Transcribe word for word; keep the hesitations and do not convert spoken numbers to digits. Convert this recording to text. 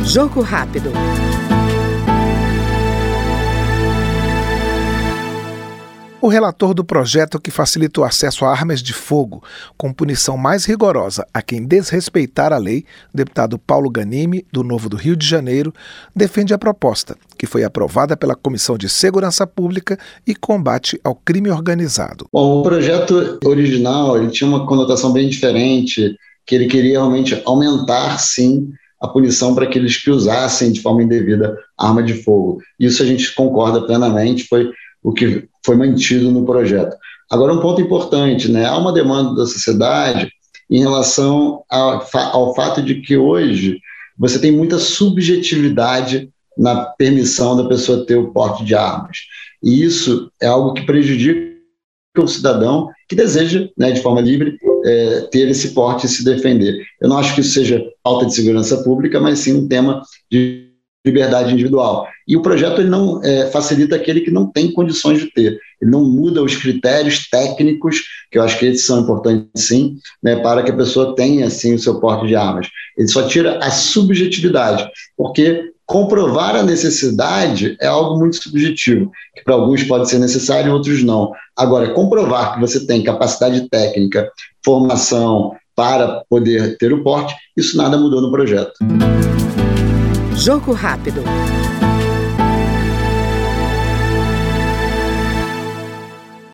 Jogo rápido. O relator do projeto que facilita o acesso a armas de fogo, com punição mais rigorosa a quem desrespeitar a lei, o deputado Paulo Ganimi, do Novo do Rio de Janeiro, defende a proposta, que foi aprovada pela Comissão de Segurança Pública e Combate ao Crime Organizado. Bom, o projeto original ele tinha uma conotação bem diferente, que ele queria realmente aumentar, sim, a punição para aqueles que usassem de forma indevida arma de fogo. Isso a gente concorda plenamente, foi o que foi mantido no projeto. Agora, um ponto importante, né? Há uma demanda da sociedade em relação ao, ao fato de que hoje você tem muita subjetividade na permissão da pessoa ter o porte de armas. E isso é algo que prejudica o cidadão que deseja, né, de forma livre, é, ter esse porte e se defender. Eu não acho que isso seja falta de segurança pública, mas sim um tema de liberdade individual. E o projeto ele não é, facilita aquele que não tem condições de ter. Ele não muda os critérios técnicos, que eu acho que esses são importantes sim, né, para que a pessoa tenha assim, o seu porte de armas. Ele só tira a subjetividade, porque comprovar a necessidade é algo muito subjetivo, que para alguns pode ser necessário e outros não. Agora, comprovar que você tem capacidade técnica, formação para poder ter o porte, isso nada mudou no projeto. Jogo rápido.